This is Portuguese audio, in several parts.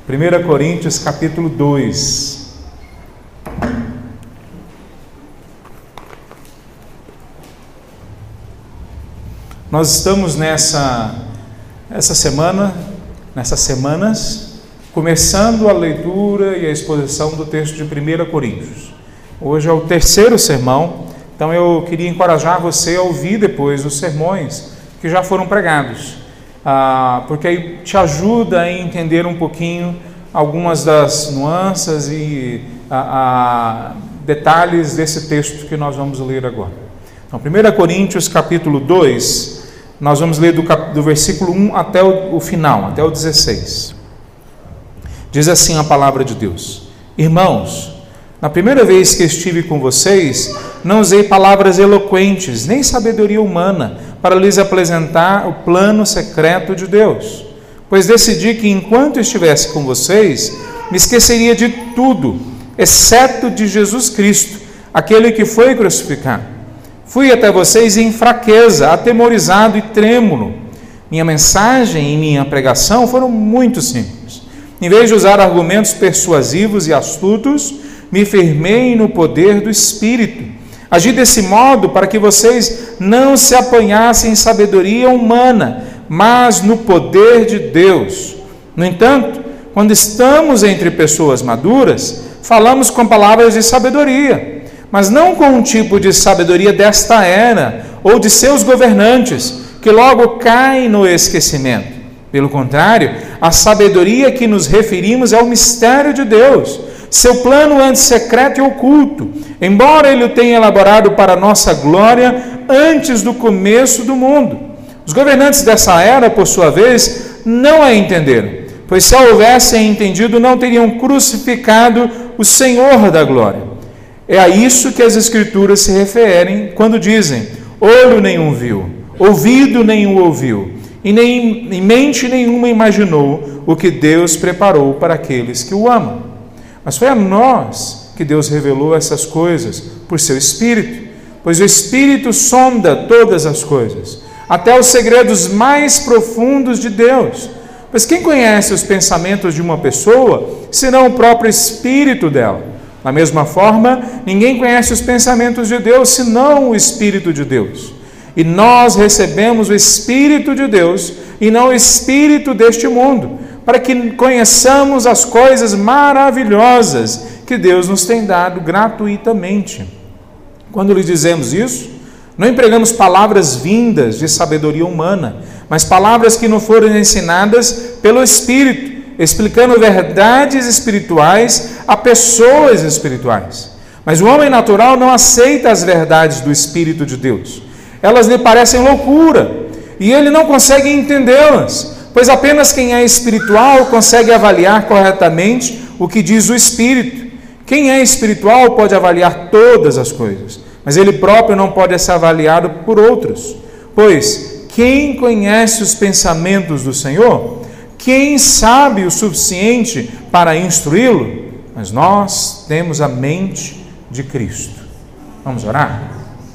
1 Coríntios capítulo 2. Nós estamos nessas semanas, começando a leitura e a exposição do texto de 1 Coríntios. Hoje é o terceiro sermão, então eu queria encorajar você a ouvir depois os sermões que já foram pregados, porque aí te ajuda a entender um pouquinho algumas das nuances e detalhes desse texto que nós vamos ler agora. Então, 1 Coríntios capítulo 2, nós vamos ler do versículo 1 até o final, até o 16. Diz assim a palavra de Deus: Irmãos, na primeira vez que estive com vocês, não usei palavras eloquentes, nem sabedoria humana, para lhes apresentar o plano secreto de Deus, pois decidi que enquanto estivesse com vocês, me esqueceria de tudo, exceto de Jesus Cristo, aquele que foi crucificado. Fui até vocês em fraqueza, atemorizado e trêmulo. Minha mensagem e minha pregação foram muito simples. Em vez de usar argumentos persuasivos e astutos, me firmei no poder do Espírito. Agi desse modo para que vocês não se apanhassem em sabedoria humana, mas no poder de Deus. No entanto, quando estamos entre pessoas maduras, falamos com palavras de sabedoria, mas não com um tipo de sabedoria desta era ou de seus governantes, que logo caem no esquecimento. Pelo contrário, a sabedoria que nos referimos é o mistério de Deus, seu plano antes secreto e oculto, embora ele o tenha elaborado para a nossa glória antes do começo do mundo. Os governantes dessa era, por sua vez, não a entenderam, pois se a houvessem entendido, não teriam crucificado o Senhor da glória. É a isso que as Escrituras se referem quando dizem: olho nenhum viu, ouvido nenhum ouviu, e nem mente nenhuma imaginou o que Deus preparou para aqueles que o amam. Mas foi a nós que Deus revelou essas coisas por seu Espírito, pois o Espírito sonda todas as coisas, até os segredos mais profundos de Deus. Pois quem conhece os pensamentos de uma pessoa, senão o próprio Espírito dela? Da mesma forma, ninguém conhece os pensamentos de Deus, senão o Espírito de Deus. E nós recebemos o Espírito de Deus, e não o espírito deste mundo, para que conheçamos as coisas maravilhosas que Deus nos tem dado gratuitamente. Quando lhe dizemos isso, não empregamos palavras vindas de sabedoria humana, mas palavras que nos foram ensinadas pelo Espírito, explicando verdades espirituais a pessoas espirituais. Mas o homem natural não aceita as verdades do Espírito de Deus. Elas lhe parecem loucura, e ele não consegue entendê-las, pois apenas quem é espiritual consegue avaliar corretamente o que diz o Espírito. Quem é espiritual pode avaliar todas as coisas, mas ele próprio não pode ser avaliado por outros. Pois quem conhece os pensamentos do Senhor? Quem sabe o suficiente para instruí-lo? Mas nós temos a mente de Cristo. Vamos orar?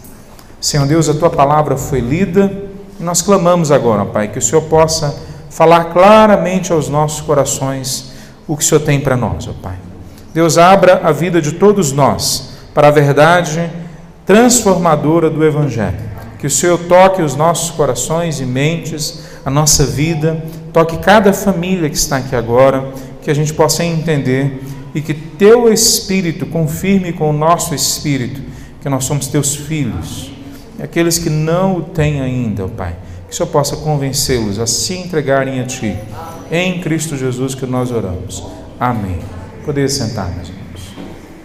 Senhor Deus, a Tua palavra foi lida, e nós clamamos agora, Pai, que o Senhor possa falar claramente aos nossos corações o que o Senhor tem para nós, ó Pai. Deus, abra a vida de todos nós para a verdade transformadora do Evangelho. Que o Senhor toque os nossos corações e mentes, a nossa vida, toque cada família que está aqui agora, que a gente possa entender e que Teu Espírito confirme com o nosso Espírito que nós somos Teus filhos. E aqueles que não o têm ainda, ó Pai, que o Senhor possa convencê-los a se entregarem a Ti. Em Cristo Jesus que nós oramos. Amém. Poder sentar, meus irmãos.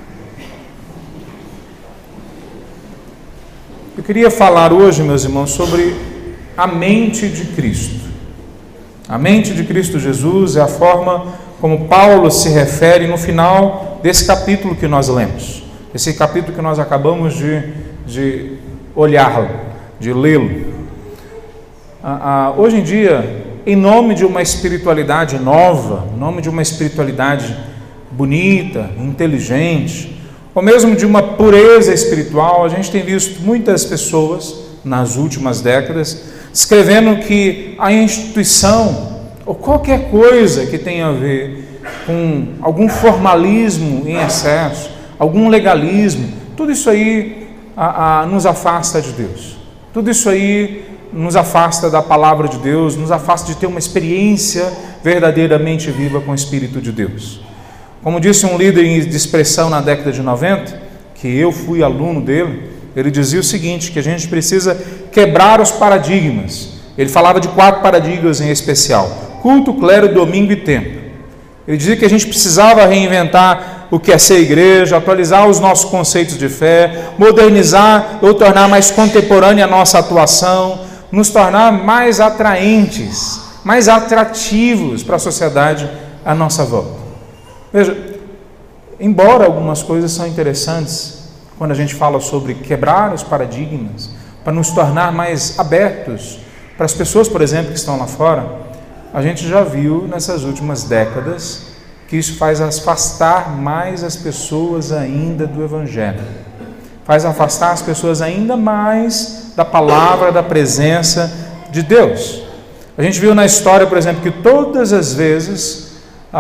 Eu queria falar hoje, meus irmãos, sobre a mente de Cristo. A mente de Cristo Jesus é a forma como Paulo se refere no final desse capítulo que nós lemos. Esse capítulo que nós acabamos de olhá-lo, de lê-lo. Hoje em dia, em nome de uma espiritualidade nova, em nome de uma espiritualidade bonita, inteligente, ou mesmo de uma pureza espiritual, a gente tem visto muitas pessoas, nas últimas décadas, escrevendo que a instituição ou qualquer coisa que tenha a ver com algum formalismo em excesso, algum legalismo, tudo isso aí nos afasta de Deus. Tudo isso aí nos afasta da palavra de Deus, nos afasta de ter uma experiência verdadeiramente viva com o Espírito de Deus. Como disse um líder de expressão na década de 90, que eu fui aluno dele, ele dizia o seguinte, que a gente precisa quebrar os paradigmas. Ele falava de 4 paradigmas em especial: culto, clero, domingo e templo. Ele dizia que a gente precisava reinventar o que é ser igreja, atualizar os nossos conceitos de fé, modernizar ou tornar mais contemporânea a nossa atuação, nos tornar mais atraentes, mais atrativos para a sociedade à nossa volta. Veja, embora algumas coisas são interessantes quando a gente fala sobre quebrar os paradigmas, para nos tornar mais abertos para as pessoas, por exemplo, que estão lá fora, a gente já viu nessas últimas décadas que isso faz afastar mais as pessoas ainda do Evangelho, faz afastar as pessoas ainda mais da palavra, da presença de Deus. A gente viu na história, por exemplo, que todas as vezes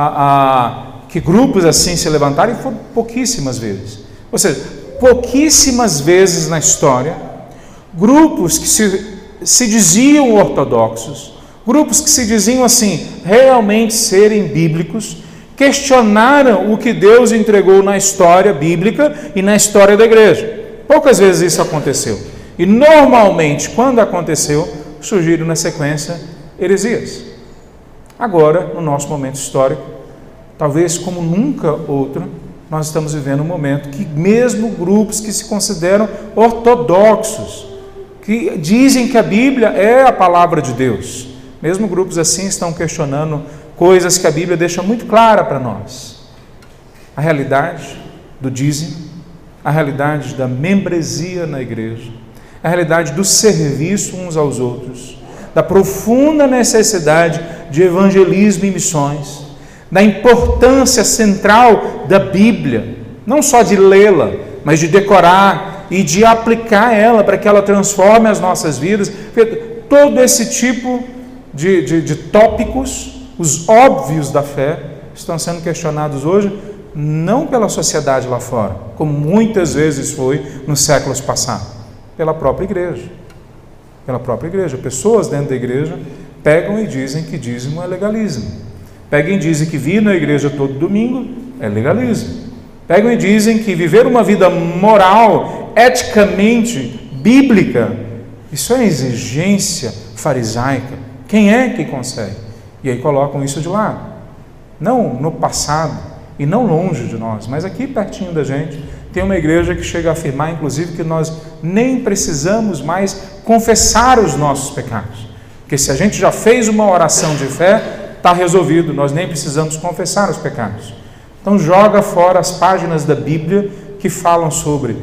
que grupos assim se levantaram, e foram pouquíssimas vezes, ou seja, pouquíssimas vezes na história, grupos que se diziam ortodoxos, grupos que se diziam assim, realmente serem bíblicos, questionaram o que Deus entregou na história bíblica e na história da igreja. Poucas vezes isso aconteceu. E normalmente, quando aconteceu, surgiram na sequência heresias. Agora, no nosso momento histórico, talvez como nunca outro, nós estamos vivendo um momento que mesmo grupos que se consideram ortodoxos, que dizem que a Bíblia é a palavra de Deus, mesmo grupos assim estão questionando coisas que a Bíblia deixa muito clara para nós. A realidade do dízimo, a realidade da membresia na igreja, a realidade do serviço uns aos outros, da profunda necessidade de evangelismo e missões, da importância central da Bíblia, não só de lê-la, mas de decorar e de aplicar ela para que ela transforme as nossas vidas. Todo esse tipo de tópicos, os óbvios da fé, estão sendo questionados hoje, não pela sociedade lá fora, como muitas vezes foi nos séculos passados, pela própria igreja. Pela própria igreja. Pessoas dentro da igreja pegam e dizem que dízimo é legalismo. Pegam e dizem que vir na igreja todo domingo é legalismo. Pegam e dizem que viver uma vida moral, eticamente bíblica, isso é exigência farisaica. Quem é que consegue? E aí colocam isso de lado. Não no passado e não longe de nós, mas aqui pertinho da gente, tem uma igreja que chega a afirmar, inclusive, que nós nem precisamos mais confessar os nossos pecados. Porque se a gente já fez uma oração de fé, está resolvido, nós nem precisamos confessar os pecados. Então joga fora as páginas da Bíblia que falam sobre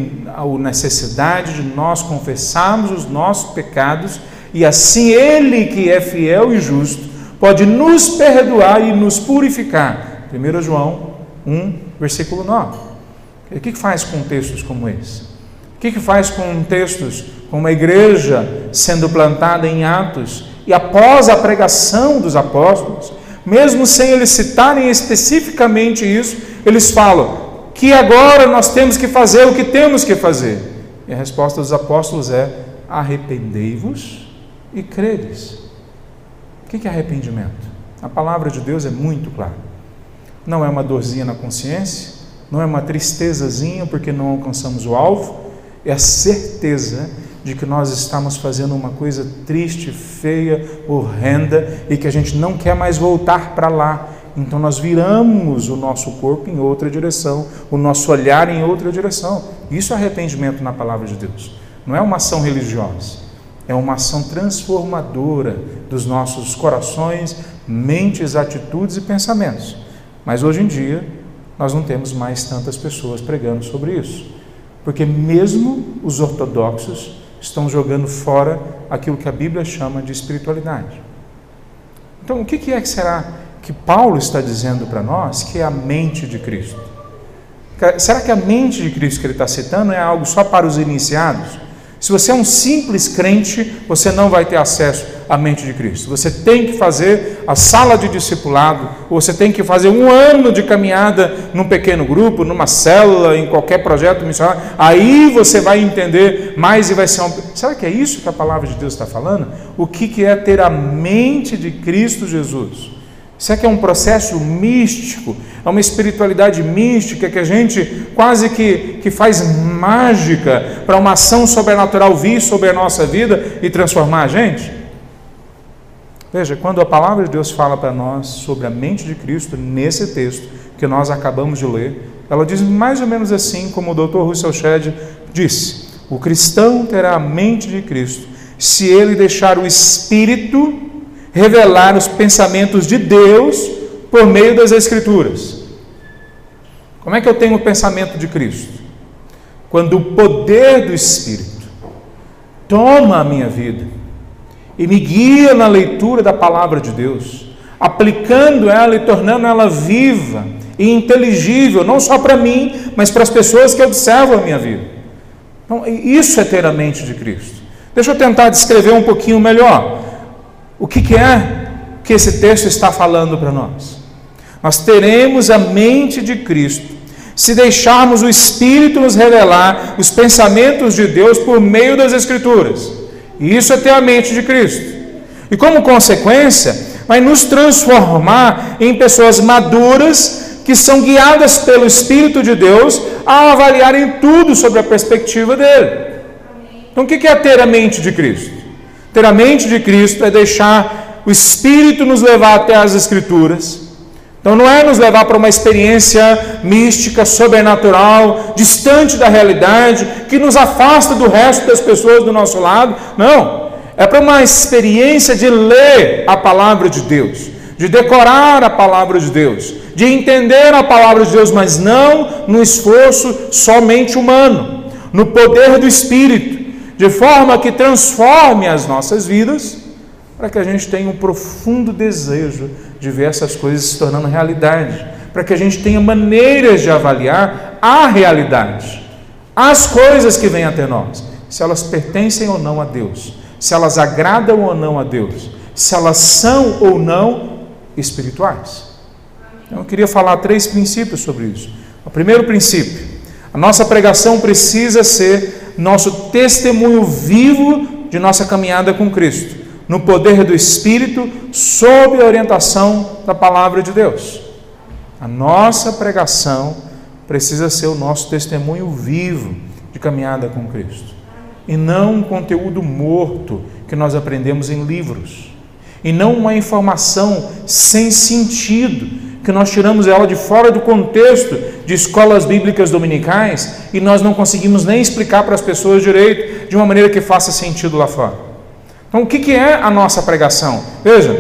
a necessidade de nós confessarmos os nossos pecados, e assim Ele, que é fiel e justo, pode nos perdoar e nos purificar. 1 João 1, versículo 9. O que faz com textos como esse? O que faz com textos, com uma igreja sendo plantada em Atos, e após a pregação dos apóstolos, mesmo sem eles citarem especificamente isso, eles falam que agora nós temos que fazer o que temos que fazer. E a resposta dos apóstolos é: arrependei-vos e credes. O que é arrependimento? A palavra de Deus é muito clara. Não é uma dorzinha na consciência, não é uma tristezazinha porque não alcançamos o alvo, é a certeza de que nós estamos fazendo uma coisa triste, feia, horrenda, e que a gente não quer mais voltar para lá. Então nós viramos o nosso corpo em outra direção, o nosso olhar em outra direção. Isso é arrependimento na palavra de Deus. Não é uma ação religiosa, é uma ação transformadora dos nossos corações, mentes, atitudes e pensamentos. Mas hoje em dia nós não temos mais tantas pessoas pregando sobre isso, porque mesmo os ortodoxos estão jogando fora aquilo que a Bíblia chama de espiritualidade. Então, o que é que será que Paulo está dizendo para nós que é a mente de Cristo? Será que a mente de Cristo que ele está citando é algo só para os iniciados? Se você é um simples crente, você não vai ter acesso a mente de Cristo. Você tem que fazer a sala de discipulado, ou você tem que fazer 1 ano de caminhada num pequeno grupo, numa célula, em qualquer projeto missionário. Aí você vai entender mais e vai ser Será que é isso que a palavra de Deus está falando? O que é ter a mente de Cristo Jesus? Isso aqui é um processo místico, é uma espiritualidade mística que a gente quase que faz mágica para uma ação sobrenatural vir sobre a nossa vida e transformar a gente. Veja, quando a palavra de Deus fala para nós sobre a mente de Cristo, nesse texto que nós acabamos de ler, ela diz mais ou menos assim como o Dr. Russell Shedd disse: o cristão terá a mente de Cristo se ele deixar o Espírito revelar os pensamentos de Deus por meio das Escrituras. Como é que eu tenho o pensamento de Cristo? Quando o poder do Espírito toma a minha vida e me guia na leitura da palavra de Deus, aplicando ela e tornando ela viva e inteligível, não só para mim, mas para as pessoas que observam a minha vida. Então, isso é ter a mente de Cristo. Deixa eu tentar descrever um pouquinho melhor o que é que esse texto está falando para nós. Nós teremos a mente de Cristo se deixarmos o Espírito nos revelar os pensamentos de Deus por meio das Escrituras. E isso é ter a mente de Cristo. E como consequência, vai nos transformar em pessoas maduras que são guiadas pelo Espírito de Deus a avaliarem tudo sobre a perspectiva dele. Então o que é ter a mente de Cristo? Ter a mente de Cristo é deixar o Espírito nos levar até as Escrituras. Então não é nos levar para uma experiência mística, sobrenatural, distante da realidade, que nos afasta do resto das pessoas do nosso lado. Não, é para uma experiência de ler a palavra de Deus, de decorar a palavra de Deus, de entender a palavra de Deus, mas não no esforço somente humano, no poder do Espírito, de forma que transforme as nossas vidas, para que a gente tenha um profundo desejo de ver essas coisas se tornando realidade, para que a gente tenha maneiras de avaliar a realidade, as coisas que vêm até nós, se elas pertencem ou não a Deus, se elas agradam ou não a Deus, se elas são ou não espirituais. Então, eu queria falar 3 princípios sobre isso. O primeiro princípio: a nossa pregação precisa ser nosso testemunho vivo de nossa caminhada com Cristo, no poder do Espírito, sob a orientação da palavra de Deus. A nossa pregação precisa ser o nosso testemunho vivo de caminhada com Cristo, e não um conteúdo morto que nós aprendemos em livros, e não uma informação sem sentido, que nós tiramos ela de fora do contexto de escolas bíblicas dominicais e nós não conseguimos nem explicar para as pessoas direito, de uma maneira que faça sentido lá fora. Então, o que é a nossa pregação? Veja,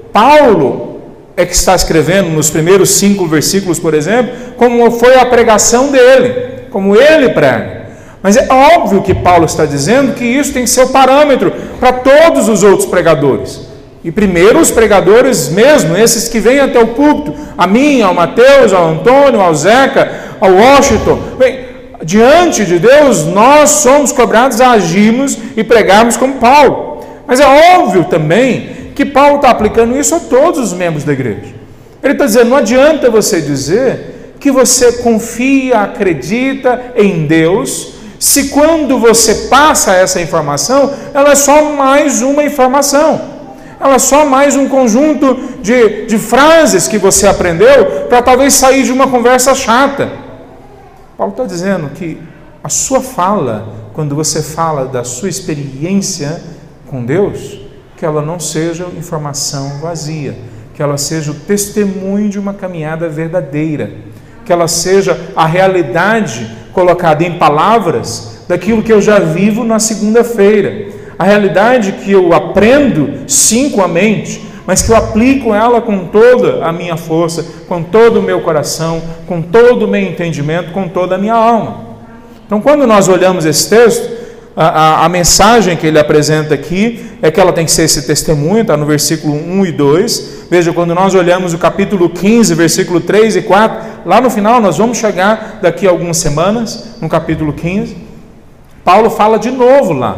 Paulo é que está escrevendo nos primeiros 5 versículos, por exemplo, como foi a pregação dele, como ele prega. Mas é óbvio que Paulo está dizendo que isso tem que ser o parâmetro para todos os outros pregadores. E primeiro os pregadores mesmo, esses que vêm até o púlpito, a mim, ao Mateus, ao Antônio, ao Zeca, ao Washington. Bem, diante de Deus, nós somos cobrados a agirmos e pregarmos como Paulo. Mas é óbvio também que Paulo está aplicando isso a todos os membros da igreja. Ele está dizendo, não adianta você dizer que você confia, acredita em Deus, se quando você passa essa informação, ela é só mais uma informação. Ela é só mais um conjunto de frases que você aprendeu para talvez sair de uma conversa chata. Paulo está dizendo que a sua fala, quando você fala da sua experiência com Deus, que ela não seja informação vazia, que ela seja o testemunho de uma caminhada verdadeira, que ela seja a realidade colocada em palavras daquilo que eu já vivo na segunda-feira. A realidade que eu aprendo, sim, com a mente, mas que eu aplico ela com toda a minha força, com todo o meu coração, com todo o meu entendimento, com toda a minha alma. Então, quando nós olhamos esse texto, a mensagem que ele apresenta aqui é que ela tem que ser esse testemunho, está no versículo 1 e 2. Veja, quando nós olhamos o capítulo 15, versículo 3 e 4, lá no final nós vamos chegar daqui a algumas semanas, no capítulo 15, Paulo fala de novo lá,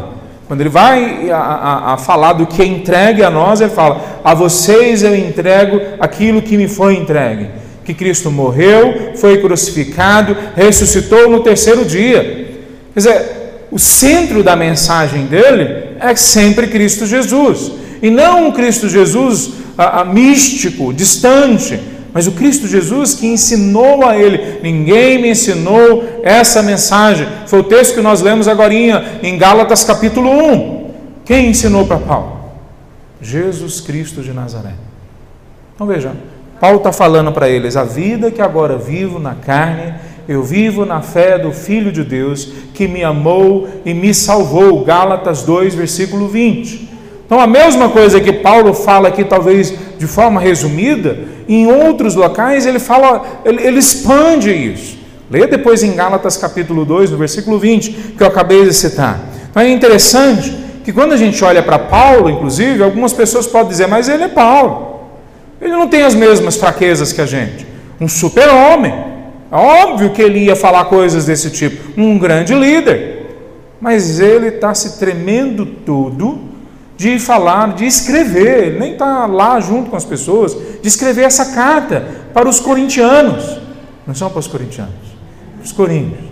Quando ele vai a falar do que é entregue a nós, ele fala: a vocês eu entrego aquilo que me foi entregue. Que Cristo morreu, foi crucificado, ressuscitou no terceiro dia. Quer dizer, o centro da mensagem dele é sempre Cristo Jesus. E não um Cristo Jesus místico, distante, mas o Cristo Jesus que ensinou a ele. Ninguém me ensinou essa mensagem. Foi o texto que nós lemos agora em Gálatas capítulo 1. Quem ensinou para Paulo? Jesus Cristo de Nazaré. Então veja, Paulo está falando para eles: a vida que agora vivo na carne, eu vivo na fé do Filho de Deus, que me amou e me salvou. Gálatas 2, versículo 20. Então a mesma coisa que Paulo fala aqui, talvez de forma resumida, em outros locais ele fala, ele expande isso. Leia depois em Gálatas capítulo 2, no versículo 20, que eu acabei de citar. Então é interessante que quando a gente olha para Paulo, inclusive, algumas pessoas podem dizer: mas ele é Paulo, ele não tem as mesmas fraquezas que a gente, um super-homem, é óbvio que ele ia falar coisas desse tipo, um grande líder, mas ele está se tremendo todo de falar, de escrever, ele nem está lá junto com as pessoas, de escrever essa carta para os corintianos. Não são para os corintianos, para os coríntios.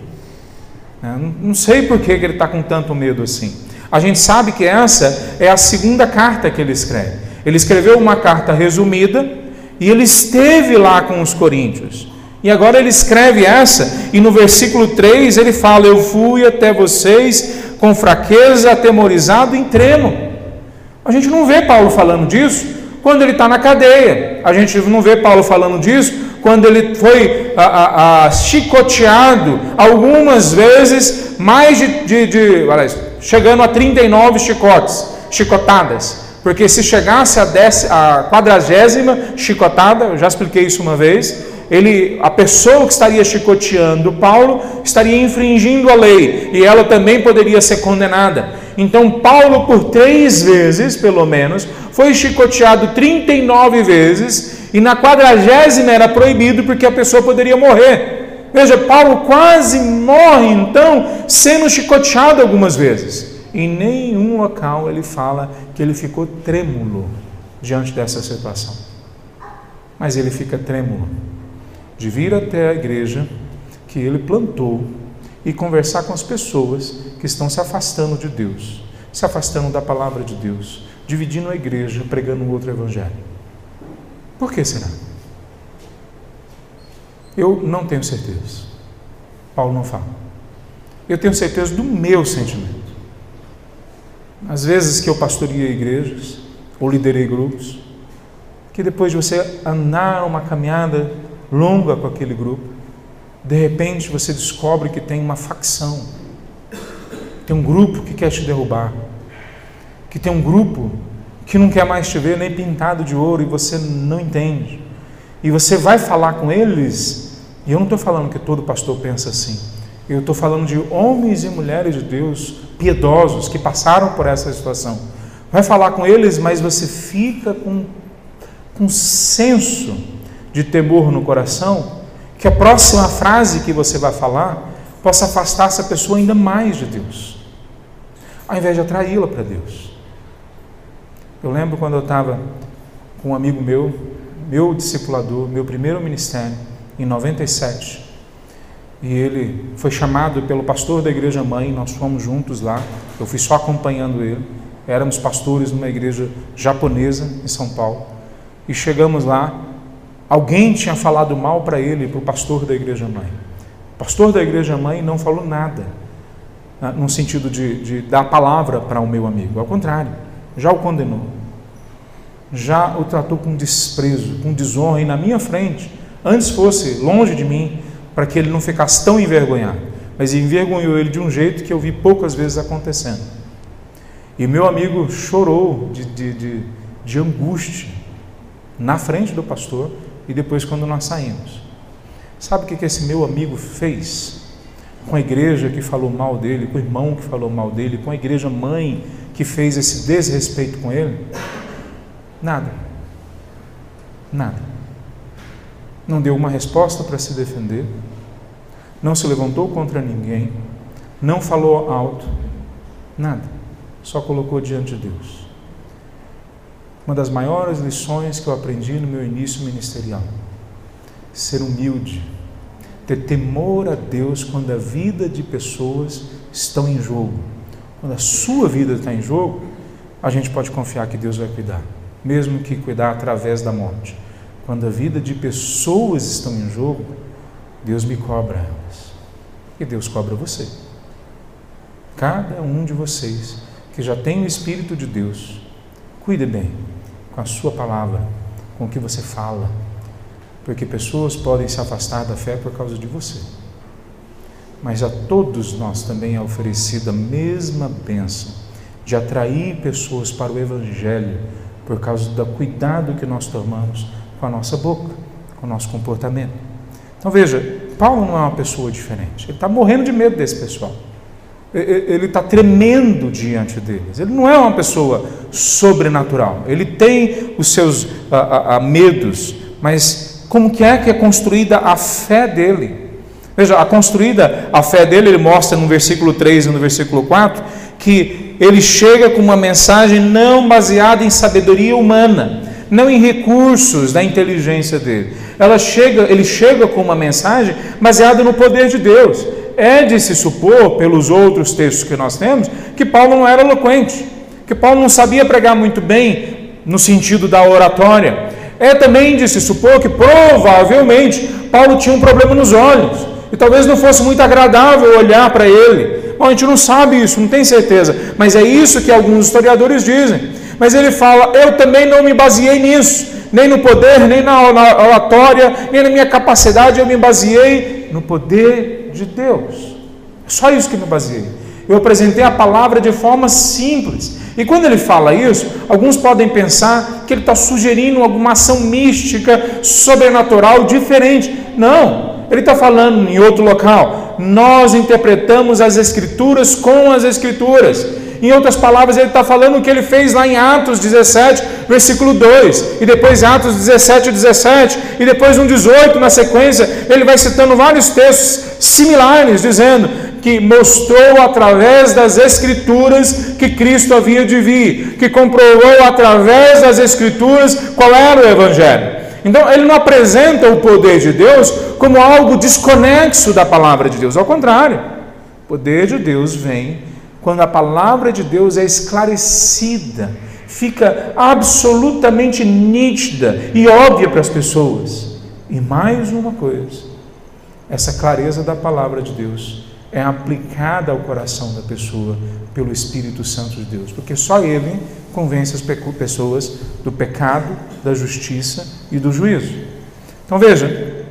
Não sei por que ele está com tanto medo assim. A gente sabe que essa é a segunda carta que ele escreve. Ele escreveu uma carta resumida e ele esteve lá com os coríntios. E agora ele escreve essa, e no versículo 3 ele fala: eu fui até vocês com fraqueza, atemorizado e tremo. A gente não vê Paulo falando disso quando ele está na cadeia. A gente não vê Paulo falando disso quando ele foi chicoteado algumas vezes, mais chegando a 39 chicotadas. Porque se chegasse a 40ª chicotada, eu já expliquei isso uma vez, a pessoa que estaria chicoteando Paulo estaria infringindo a lei, e ela também poderia ser condenada. Então Paulo, por 3 vezes, pelo menos, foi chicoteado 39 vezes, e na 40ª era proibido, porque a pessoa poderia morrer. Veja, Paulo quase morre, então, sendo chicoteado algumas vezes. Em nenhum local ele fala que ele ficou trêmulo diante dessa situação. Mas ele fica trêmulo de vir até a igreja que ele plantou e conversar com as pessoas que estão se afastando de Deus, se afastando da palavra de Deus, dividindo a igreja, pregando um outro evangelho. Por que será? Eu não tenho certeza. Paulo não fala. Eu tenho certeza do meu sentimento. Às vezes que eu pastoreei igrejas, ou liderei grupos, que depois de você andar uma caminhada longa com aquele grupo, de repente você descobre que tem uma facção, tem um grupo que quer te derrubar, que tem um grupo que não quer mais te ver nem pintado de ouro, e você não entende, e você vai falar com eles. E eu não estou falando que todo pastor pensa assim, eu estou falando de homens e mulheres de Deus piedosos que passaram por essa situação. Vai falar com eles, mas você fica com um senso de temor no coração, que a próxima frase que você vai falar possa afastar essa pessoa ainda mais de Deus, ao invés de atraí-la para Deus. Eu lembro quando eu estava com um amigo meu discipulador, meu primeiro ministério, em 97, e ele foi chamado pelo pastor da igreja mãe, nós fomos juntos lá, eu fui só acompanhando ele, éramos pastores numa igreja japonesa em São Paulo, e chegamos lá, alguém tinha falado mal para ele, para o pastor da igreja mãe. O pastor da igreja mãe não falou nada, no sentido de dar palavra para o meu amigo, ao contrário, já o condenou, já o tratou com desprezo, com desonra, e na minha frente, antes fosse longe de mim, para que ele não ficasse tão envergonhado, mas envergonhou ele de um jeito que eu vi poucas vezes acontecendo. E meu amigo chorou de angústia na frente do pastor, e depois quando nós saímos. Sabe o que esse meu amigo fez com a igreja que falou mal dele, com o irmão que falou mal dele, com a igreja mãe que fez esse desrespeito com ele? Nada. Não deu uma resposta para se defender, não se levantou contra ninguém, não falou alto, nada. só colocou diante de Deus. Uma das maiores lições que eu aprendi no meu início ministerial: ser humilde, ter temor a Deus quando a vida de pessoas estão em jogo. Quando a sua vida está em jogo, a gente pode confiar que Deus vai cuidar, mesmo que cuidar através da morte. Quando a vida de pessoas estão em jogo, Deus me cobra elas. E Deus cobra você. Cada um de vocês que já tem o Espírito de Deus, cuide bem com a sua palavra, com o que você fala, porque pessoas podem se afastar da fé por causa de você. Mas a todos nós também é oferecida a mesma bênção de atrair pessoas para o Evangelho por causa do cuidado que nós tomamos com a nossa boca, com o nosso comportamento. Então veja, Paulo não é uma pessoa diferente. Ele está morrendo de medo desse pessoal. Ele está tremendo diante deles. Ele não é uma pessoa sobrenatural. Ele tem os seus medos, mas como que é construída a fé dele? Veja, a fé dele, ele mostra no versículo 3 e no versículo 4, que ele chega com uma mensagem não baseada em sabedoria humana, não em recursos da inteligência dele. Ele chega com uma mensagem baseada no poder de Deus. É de se supor, pelos outros textos que nós temos, que Paulo não era eloquente, que Paulo não sabia pregar muito bem no sentido da oratória. É também de se supor que provavelmente Paulo tinha um problema nos olhos, e talvez não fosse muito agradável olhar para ele. Bom, a gente não sabe isso, não tem certeza, mas é isso que alguns historiadores dizem. Mas ele fala: eu também não me baseei nisso, nem no poder, nem na oratória, nem na minha capacidade, eu me baseei no poder de Deus. É só isso que eu me baseei. Eu apresentei a palavra de forma simples. E quando ele fala isso, alguns podem pensar que ele está sugerindo alguma ação mística, sobrenatural, diferente. Não, ele está falando em outro local: nós interpretamos as Escrituras com as Escrituras. Em outras palavras, ele está falando o que ele fez lá em Atos 17, versículo 2, e depois Atos 17, 17, e depois um 18 na sequência. Ele vai citando vários textos similares, dizendo que mostrou através das Escrituras que Cristo havia de vir, que comprovou através das Escrituras qual era o Evangelho. Então, ele não apresenta o poder de Deus como algo desconexo da palavra de Deus. Ao contrário, o poder de Deus vem quando a palavra de Deus é esclarecida, fica absolutamente nítida e óbvia para as pessoas. E mais uma coisa, essa clareza da palavra de Deus é aplicada ao coração da pessoa pelo Espírito Santo de Deus, porque só Ele convence as pessoas do pecado, da justiça e do juízo. Então veja,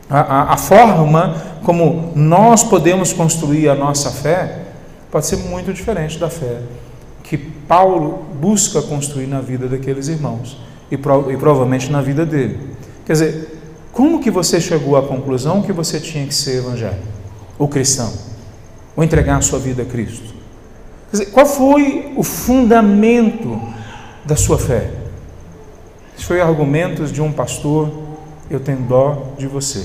a forma como nós podemos construir a nossa fé pode ser muito diferente da fé que Paulo busca construir na vida daqueles irmãos e provavelmente na vida dele. Quer dizer, como que você chegou à conclusão que você tinha que ser evangélico, ou cristão, ou entregar a sua vida a Cristo? Quer dizer, qual foi o fundamento da sua fé? Se foi argumentos de um pastor: eu tenho dó de você.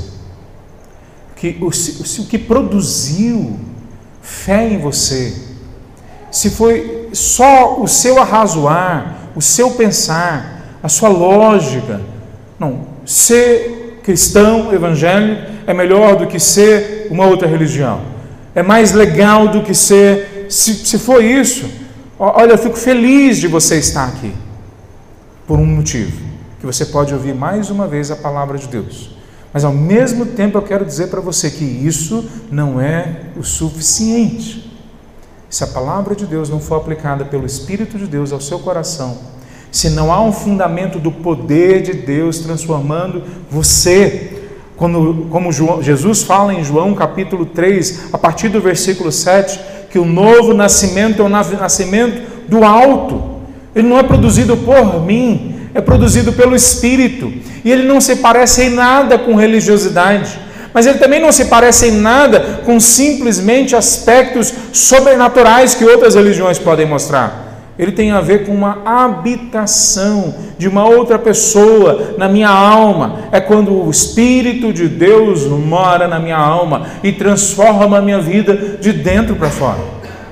O que produziu fé em você, se foi só o seu arrazoar, o seu pensar, a sua lógica. Não, ser cristão evangélico é melhor do que ser uma outra religião, é mais legal do que ser, se for isso, olha, eu fico feliz de você estar aqui, por um motivo, que você pode ouvir mais uma vez a palavra de Deus. Mas ao mesmo tempo eu quero dizer para você que isso não é o suficiente. Se a palavra de Deus não for aplicada pelo Espírito de Deus ao seu coração, se não há um fundamento do poder de Deus transformando você, como Jesus fala em João capítulo 3, a partir do versículo 7, que o novo nascimento é o nascimento do alto. Ele não é produzido por mim, é produzido pelo Espírito, e ele não se parece em nada com religiosidade, mas ele também não se parece em nada com simplesmente aspectos sobrenaturais que outras religiões podem mostrar. Ele tem a ver com uma habitação de uma outra pessoa na minha alma. É quando o Espírito de Deus mora na minha alma e transforma a minha vida de dentro para fora.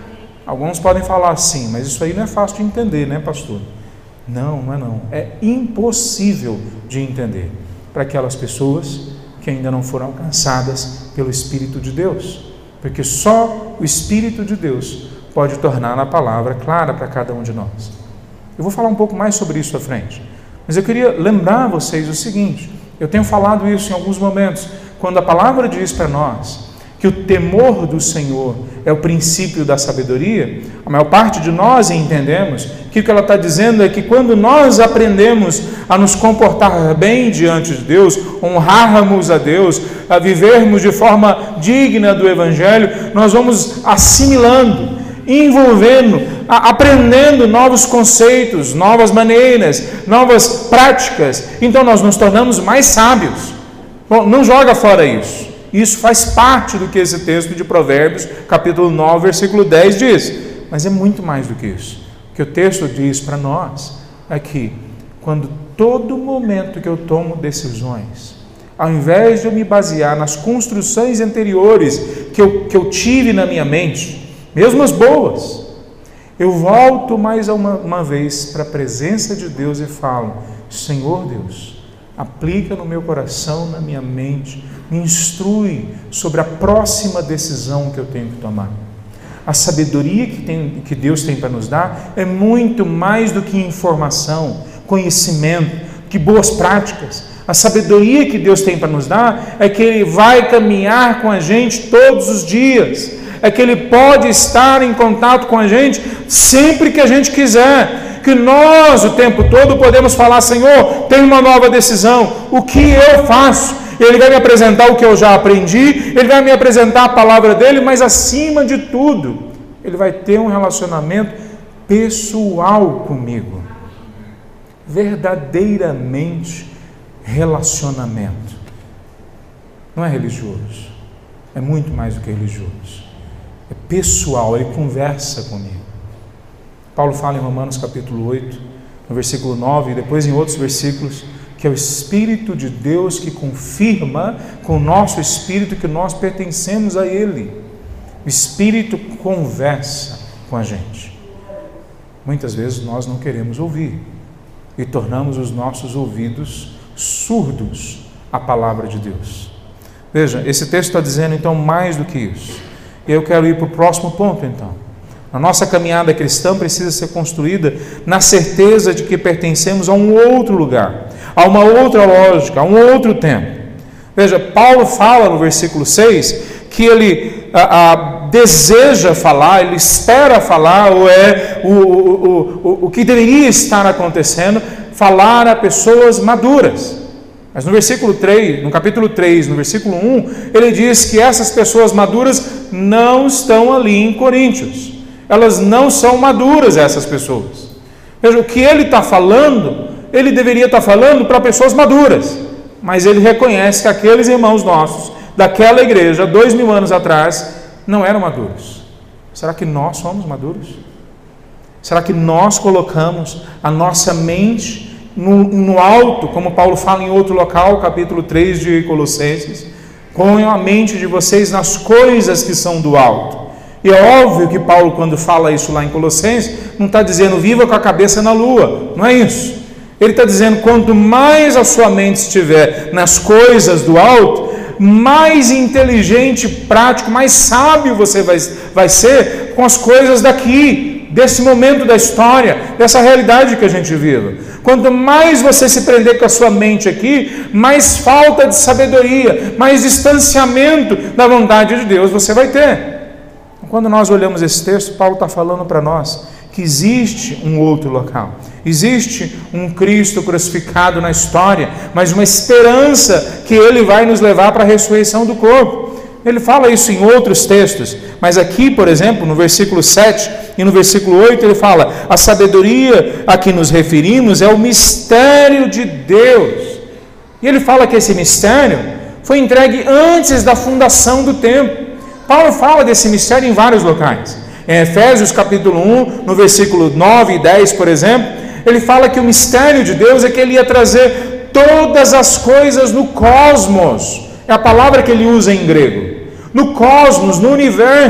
Alguns podem falar assim, mas isso aí não é fácil de entender, né, pastor? Não, não é não. É impossível de entender para aquelas pessoas que ainda não foram alcançadas pelo Espírito de Deus. Porque só o Espírito de Deus pode tornar a palavra clara para cada um de nós. Eu vou falar um pouco mais sobre isso à frente. Mas eu queria lembrar a vocês o seguinte, eu tenho falado isso em alguns momentos, quando a palavra diz para nós que o temor do Senhor é o princípio da sabedoria, a maior parte de nós entendemos que o que ela está dizendo é que quando nós aprendemos a nos comportar bem diante de Deus, honrarmos a Deus, a vivermos de forma digna do Evangelho, nós vamos assimilando, envolvendo, aprendendo novos conceitos, novas maneiras, novas práticas. Então nós nos tornamos mais sábios. Bom, não joga fora isso. Isso faz parte do que esse texto de Provérbios, capítulo 9, versículo 10 diz. Mas é muito mais do que isso. O que o texto diz para nós é que quando todo momento que eu tomo decisões, ao invés de eu me basear nas construções anteriores que eu tive na minha mente, mesmo as boas, eu volto mais uma vez para a presença de Deus e falo: Senhor Deus, aplica no meu coração, na minha mente, me instrui sobre a próxima decisão que eu tenho que tomar. A sabedoria que Deus tem para nos dar é muito mais do que informação, conhecimento, que boas práticas. A sabedoria que Deus tem para nos dar é que Ele vai caminhar com a gente todos os dias, é que Ele pode estar em contato com a gente sempre que a gente quiser, que nós o tempo todo podemos falar: Senhor, tem uma nova decisão, o que eu faço? Ele vai me apresentar o que eu já aprendi, Ele vai me apresentar a palavra dEle, mas acima de tudo, Ele vai ter um relacionamento pessoal comigo, verdadeiramente relacionamento. Não é religioso, é muito mais do que religioso, é pessoal, Ele conversa comigo. Paulo fala em Romanos capítulo 8, no versículo 9, e depois em outros versículos, que é o Espírito de Deus que confirma com o nosso Espírito que nós pertencemos a Ele. O Espírito conversa com a gente. Muitas vezes nós não queremos ouvir e tornamos os nossos ouvidos surdos à palavra de Deus. Veja, esse texto está dizendo então mais do que isso. E eu quero ir para o próximo ponto então. A nossa caminhada cristã precisa ser construída na certeza de que pertencemos a um outro lugar, a uma outra lógica, a um outro tempo. Veja, Paulo fala no versículo 6 que ele deseja falar, ele espera falar, ou é o que deveria estar acontecendo, falar a pessoas maduras. Mas no versículo 3, no capítulo 3, no versículo 1, ele diz que essas pessoas maduras não estão ali em Coríntios. Elas não são maduras, essas pessoas. Veja, o que ele está falando, ele deveria estar falando para pessoas maduras, mas ele reconhece que aqueles irmãos nossos, daquela igreja, 2000 anos atrás, não eram maduros. Será que nós somos maduros? Será que nós colocamos a nossa mente no alto, como Paulo fala em outro local, capítulo 3 de Colossenses? Ponham a mente de vocês nas coisas que são do alto. E é óbvio que Paulo, quando fala isso lá em Colossenses, não está dizendo viva com a cabeça na lua, não é isso. Ele está dizendo, quanto mais a sua mente estiver nas coisas do alto, mais inteligente, prático, mais sábio você vai ser com as coisas daqui, desse momento da história, dessa realidade que a gente vive. Quanto mais você se prender com a sua mente aqui, mais falta de sabedoria, mais distanciamento da vontade de Deus você vai ter. Quando nós olhamos esse texto, Paulo está falando para nós que existe um outro local, existe um Cristo crucificado na história, mas uma esperança que Ele vai nos levar para a ressurreição do corpo. Ele fala isso em outros textos, mas aqui, por exemplo, no versículo 7 e no versículo 8, ele fala: a sabedoria a que nos referimos é o mistério de Deus. E ele fala que esse mistério foi entregue antes da fundação do tempo. Paulo fala desse mistério em vários locais. Em Efésios capítulo 1, no versículo 9 e 10, por exemplo, ele fala que o mistério de Deus é que Ele ia trazer todas as coisas no cosmos. É a palavra que ele usa em grego. No cosmos, no universo,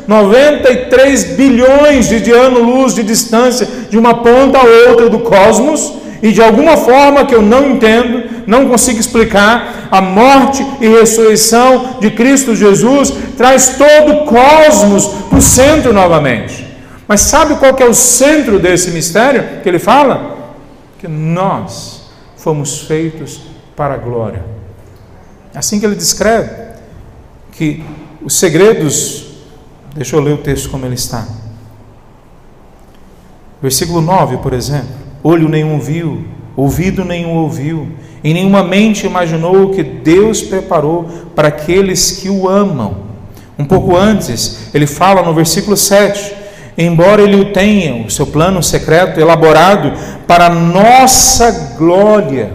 93 bilhões de ano-luz de distância de uma ponta a outra do cosmos, e de alguma forma que eu não entendo, não consigo explicar, a morte e ressurreição de Cristo Jesus traz todo o cosmos para o centro novamente. Mas sabe qual que é o centro desse mistério que ele fala? Que nós fomos feitos para a glória. Assim que ele descreve que os segredos, deixa eu ler o texto como ele está. Versículo 9, por exemplo: olho nenhum viu, ouvido nenhum ouviu, e nenhuma mente imaginou o que Deus preparou para aqueles que o amam. Um pouco antes, ele fala no versículo 7, embora ele o tenha, o seu plano secreto elaborado para a nossa glória.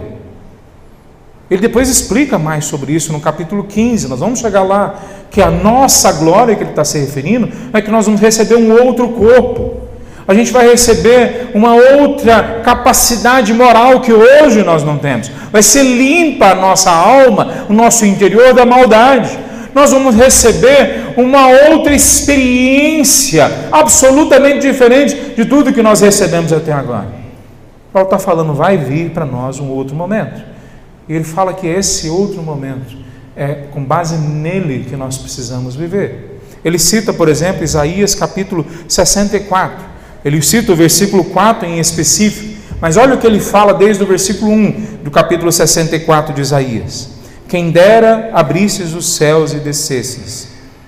Ele depois explica mais sobre isso no capítulo 15, nós vamos chegar lá, que a nossa glória que ele está se referindo é que nós vamos receber um outro corpo. A gente vai receber uma outra capacidade moral que hoje nós não temos. Vai ser limpa a nossa alma, o nosso interior da maldade. Nós vamos receber uma outra experiência absolutamente diferente de tudo que nós recebemos até agora. Paulo está falando, vai vir para nós um outro momento. E ele fala que esse outro momento é com base nele que nós precisamos viver. Ele cita, por exemplo, Isaías capítulo 64. Ele cita o versículo 4 em específico, mas olha o que ele fala desde o versículo 1 do capítulo 64 de Isaías: quem dera abrisses os céus e descesses.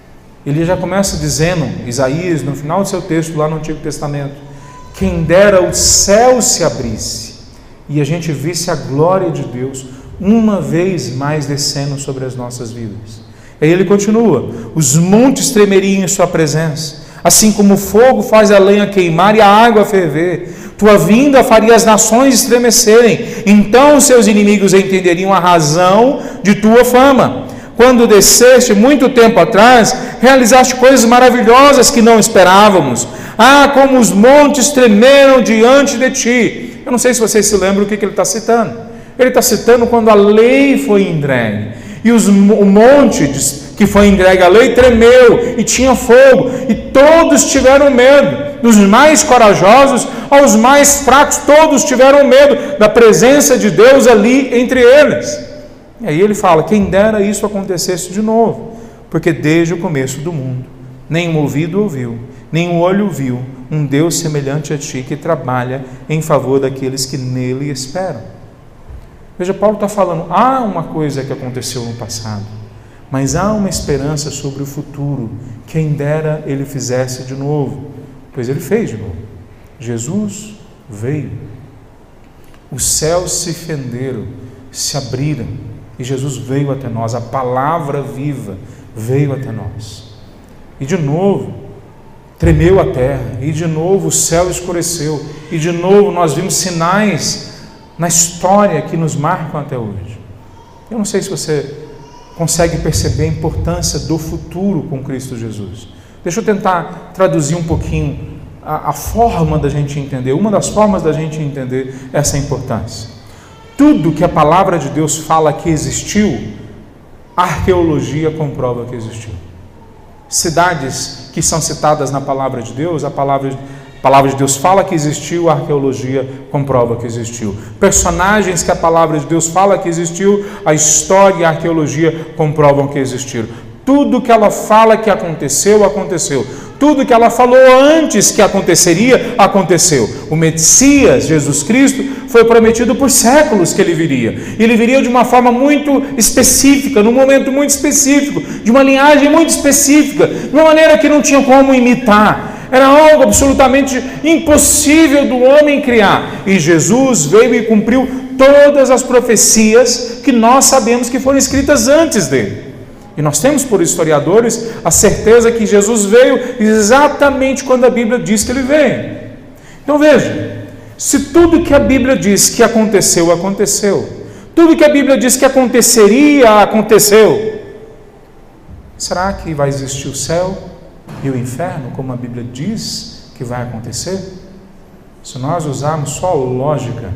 Ele já começa dizendo, Isaías, no final do seu texto lá no Antigo Testamento, quem dera o céu se abrisse e a gente visse a glória de Deus uma vez mais descendo sobre as nossas vidas. Aí ele continua: os montes tremeriam em sua presença, assim como o fogo faz a lenha queimar e a água ferver. Tua vinda faria as nações estremecerem, então os seus inimigos entenderiam a razão de tua fama. Quando desceste muito tempo atrás, realizaste coisas maravilhosas que não esperávamos. Ah, como os montes tremeram diante de ti. Eu não sei se vocês se lembram o que ele está citando. Ele está citando quando a lei foi entregue, e o monte que foi entregue à lei tremeu, e tinha fogo, e todos tiveram medo, dos mais corajosos aos mais fracos, todos tiveram medo da presença de Deus ali entre eles. E aí ele fala, quem dera isso acontecesse de novo, porque desde o começo do mundo, nenhum ouvido ouviu, nenhum olho viu um Deus semelhante a ti, que trabalha em favor daqueles que nele esperam. Veja, Paulo está falando, há uma coisa que aconteceu no passado, mas há uma esperança sobre o futuro. Quem dera ele fizesse de novo, pois ele fez de novo. Jesus veio, os céus se fenderam, se abriram, e Jesus veio até nós, a palavra viva veio até nós. E de novo, tremeu a terra, e de novo o céu escureceu, e de novo nós vimos sinais na história que nos marcam até hoje. Eu não sei se você consegue perceber a importância do futuro com Cristo Jesus. Deixa eu tentar traduzir um pouquinho a forma da gente entender, uma das formas da gente entender essa importância. Tudo que a palavra de Deus fala que existiu, a arqueologia comprova que existiu. Cidades que são citadas na palavra de Deus, a palavra de Deus fala que existiu, a arqueologia comprova que existiu. Personagens que a palavra de Deus fala que existiu, a história e a arqueologia comprovam que existiram. Tudo que ela fala que aconteceu, aconteceu. Tudo que ela falou antes que aconteceria, aconteceu. O Messias, Jesus Cristo, foi prometido por séculos que ele viria. Ele viria de uma forma muito específica, num momento muito específico, de uma linhagem muito específica, de uma maneira que não tinha como imitar. Era algo absolutamente impossível do homem criar. E Jesus veio e cumpriu todas as profecias que nós sabemos que foram escritas antes dele. E nós temos, por historiadores, a certeza que Jesus veio exatamente quando a Bíblia diz que ele veio. Então veja, se tudo que a Bíblia diz que aconteceu, aconteceu. Tudo que a Bíblia diz que aconteceria, aconteceu. Será que vai existir o céu e o inferno, como a Bíblia diz que vai acontecer? Se nós usarmos só lógica,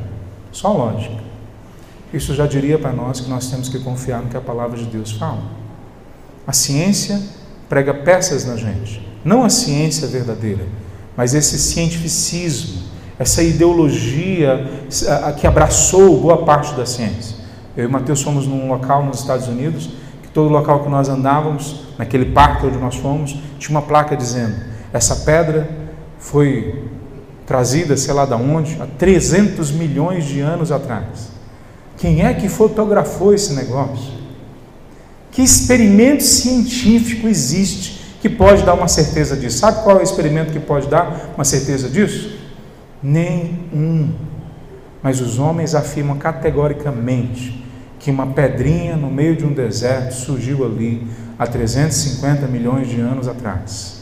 isso já diria para nós que nós temos que confiar no que a palavra de Deus fala. A ciência prega peças na gente, não a ciência verdadeira, mas esse cientificismo, essa ideologia que abraçou boa parte da ciência. Eu e o Mateus fomos num local nos Estados Unidos, que todo local que nós andávamos, naquele parque onde nós fomos, tinha uma placa dizendo: essa pedra foi trazida, sei lá de onde, há 300 milhões de anos atrás. Quem é que fotografou esse negócio? Que experimento científico existe que pode dar uma certeza disso? Sabe qual é o experimento que pode dar uma certeza disso? Nenhum. Mas os homens afirmam categoricamente que uma pedrinha no meio de um deserto surgiu ali há 350 milhões de anos atrás.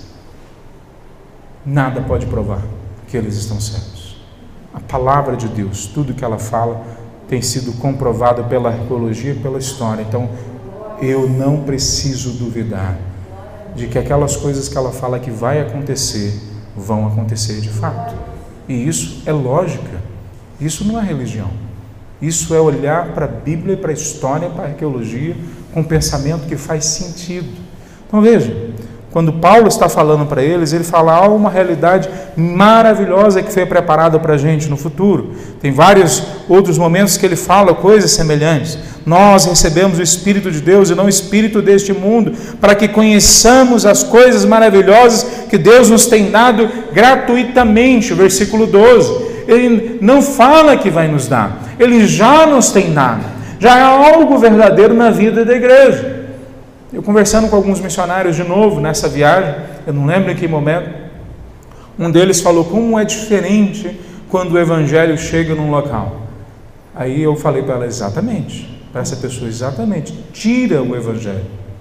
Nada pode provar que eles estão certos. A palavra de Deus, tudo que ela fala, tem sido comprovado pela arqueologia e pela história. Então, eu não preciso duvidar de que aquelas coisas que ela fala que vai acontecer, vão acontecer de fato. E isso é lógica, isso não é religião. Isso é olhar para a Bíblia, para a história, para a arqueologia, com um pensamento que faz sentido. Então veja, quando Paulo está falando para eles, ele fala: há uma realidade maravilhosa que foi preparada para a gente no futuro. Tem vários outros momentos que ele fala coisas semelhantes. Nós recebemos o Espírito de Deus e não o Espírito deste mundo, para que conheçamos as coisas maravilhosas que Deus nos tem dado gratuitamente. O versículo 12, ele não fala que vai nos dar, ele já nos tem dado, já é algo verdadeiro na vida da igreja. Eu conversando com alguns missionários de novo nessa viagem, eu não lembro em que momento, um deles falou como é diferente quando o evangelho chega num local. Aí eu falei para ela: exatamente, para essa pessoa, exatamente, tira o evangelho.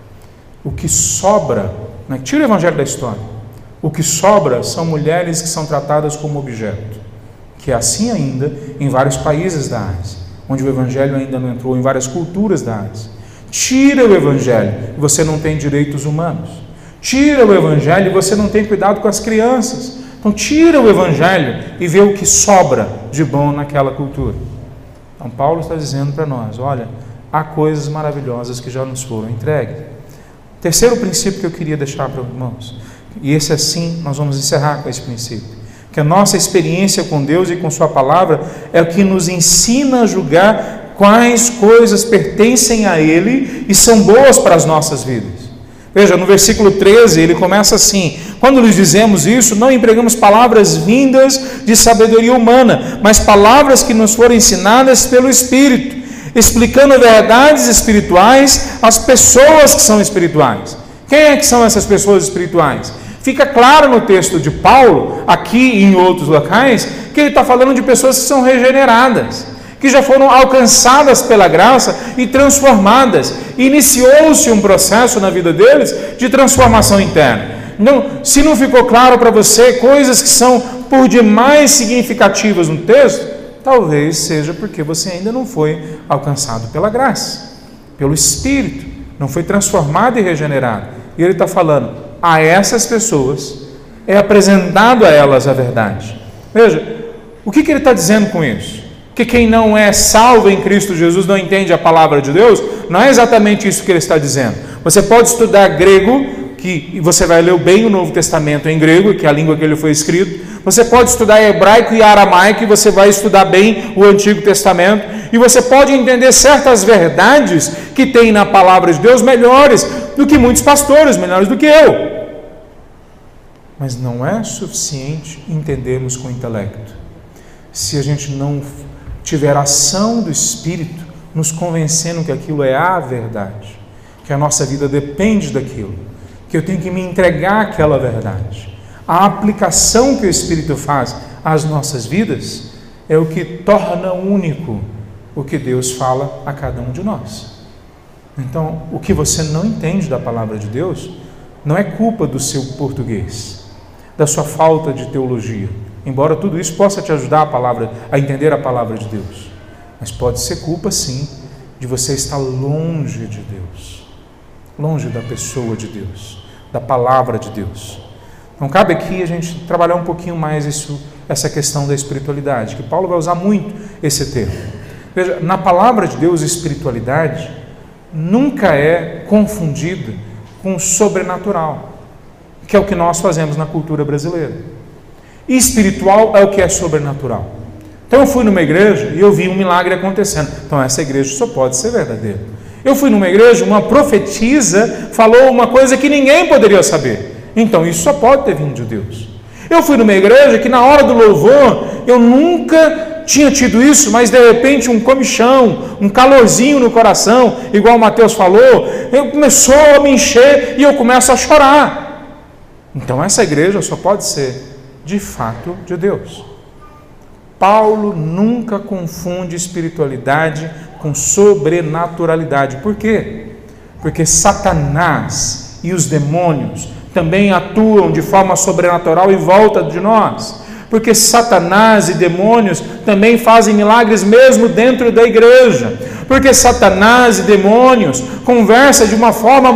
O que sobra, né? Tira o evangelho da história. O que sobra são mulheres que são tratadas como objeto, que é assim ainda em vários países da Ásia, onde o evangelho ainda não entrou, em várias culturas da Ásia. Tira o evangelho e você não tem direitos humanos. Tira o evangelho e você não tem cuidado com as crianças. Então tira o evangelho e vê o que sobra de bom naquela cultura. Então Paulo está dizendo para nós: olha, há coisas maravilhosas que já nos foram entregues. Terceiro princípio que eu queria deixar para os irmãos, e esse assim nós vamos encerrar com esse princípio, que a nossa experiência com Deus e com sua palavra é o que nos ensina a julgar quais coisas pertencem a Ele e são boas para as nossas vidas. Veja, no versículo 13, ele começa assim: quando lhes dizemos isso, não empregamos palavras vindas de sabedoria humana, mas palavras que nos foram ensinadas pelo Espírito, explicando verdades espirituais às pessoas que são espirituais. Quem é que são essas pessoas espirituais? Fica claro no texto de Paulo, aqui e em outros locais, que ele está falando de pessoas que são regeneradas, que já foram alcançadas pela graça e transformadas. Iniciou-se um processo na vida deles de transformação interna. Não, se não ficou claro para você coisas que são por demais significativas no texto, talvez seja porque você ainda não foi alcançado pela graça, pelo Espírito, não foi transformado e regenerado. E ele está falando: a essas pessoas é apresentado a elas a verdade. Veja, o que ele está dizendo com isso? Que quem não é salvo em Cristo Jesus não entende a palavra de Deus? Não é exatamente isso que ele está dizendo. Você pode estudar grego, e você vai ler bem o Novo Testamento em grego, que é a língua que ele foi escrito. Você pode estudar hebraico e aramaico, e você vai estudar bem o Antigo Testamento. E você pode entender certas verdades que tem na palavra de Deus melhores do que muitos pastores, melhores do que eu. Mas não é suficiente entendermos com o intelecto. Se a gente não tiver ação do Espírito nos convencendo que aquilo é a verdade, que a nossa vida depende daquilo, que eu tenho que me entregar àquela verdade. A aplicação que o Espírito faz às nossas vidas é o que torna único o que Deus fala a cada um de nós. Então, o que você não entende da palavra de Deus não é culpa do seu português, da sua falta de teologia, embora tudo isso possa te ajudar a entender a palavra de Deus, mas pode ser culpa sim de você estar longe de Deus, longe da pessoa de Deus, da palavra de Deus. Então cabe aqui a gente trabalhar um pouquinho mais essa questão da espiritualidade, que Paulo vai usar muito esse termo. Veja, na palavra de Deus, espiritualidade nunca é confundida com sobrenatural. que é o que nós fazemos na cultura brasileira. E espiritual é o que é sobrenatural. Então eu fui numa igreja e eu vi um milagre acontecendo. Então essa igreja só pode ser verdadeira. Eu fui numa igreja, uma profetisa falou uma coisa que ninguém poderia saber. Então isso só pode ter vindo de Deus. Eu fui numa igreja que na hora do louvor eu nunca tinha tido isso, mas de repente um comichão, um calorzinho no coração, igual o Mateus falou, começou a me encher e eu começo a chorar. Então essa igreja só pode ser de fato de Deus. Paulo nunca confunde espiritualidade com sobrenaturalidade. Por quê? Porque Satanás e os demônios também atuam de forma sobrenatural em volta de nós. Porque Satanás e demônios também fazem milagres mesmo dentro da igreja. Porque Satanás e demônios conversam de uma forma